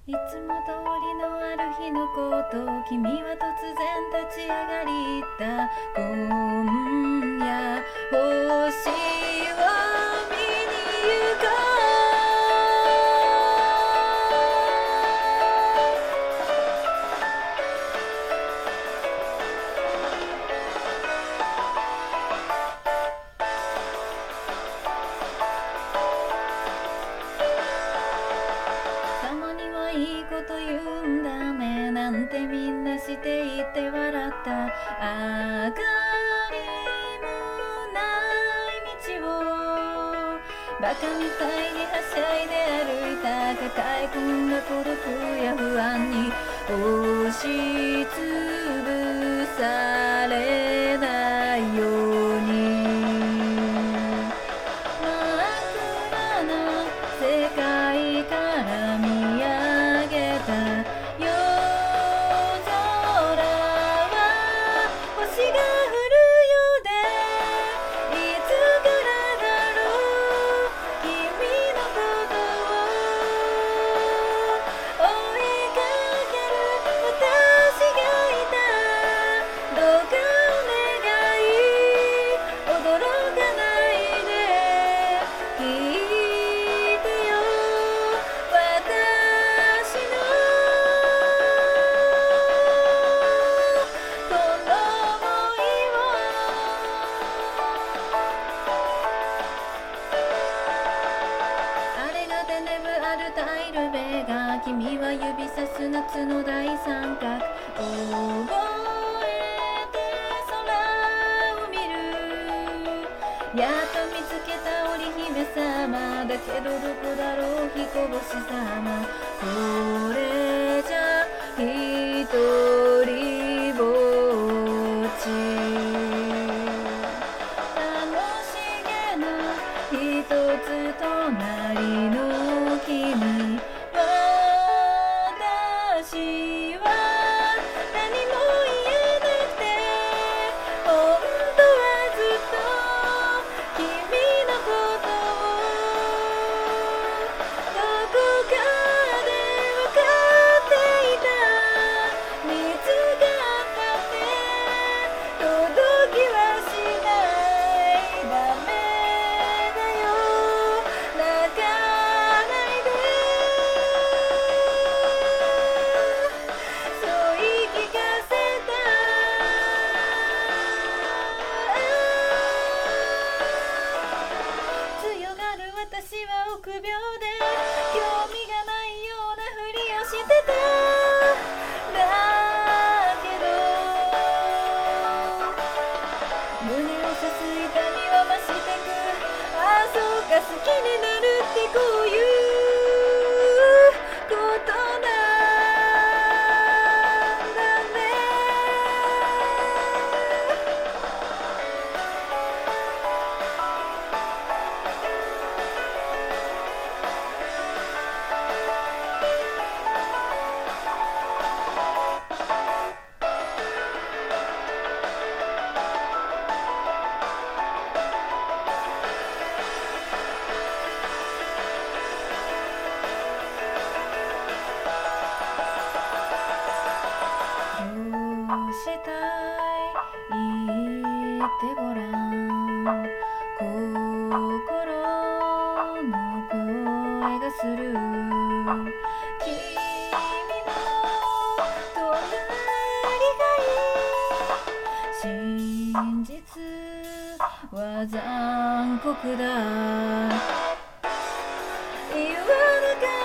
いつも通りのある日のこと、君は突然立ち上がり言った。今夜星を見に行こう。たまにはいいこと言うんだねなんてみんなしていて笑った。明かりもない道をバカみたいにはしゃいで歩いた。抱え込んだ孤独や不安に押しつぶされないように真っ暗な世界から見上げた夜空は星が降るようでいつからだろう君のことを追いかける私がいた。どうかお願い驚かないで聞いてよ私のこの想いを。あれがテネブアルタイルベガ君は指さす夏の大三角覚えて空を見る。やっと見つけた織姫様だけどどこだろう彦星様。これじゃ一人ぼっち楽しげな一つ隣の君。私は何も言えなくて本当はずっと君のことをどこかで分かっていた。見つかったって届きはしない。ダメだよ泣かないでそう言い聞かせた。強がる私は臆病で興味がないようなふりをしてた。だけど胸を刺す痛みは増してく。ああそうか好きになるってこういうことなんだね。どうしたい言ってごらん。心の声がする。君の隣がいい。真実は残酷だ。言わなかった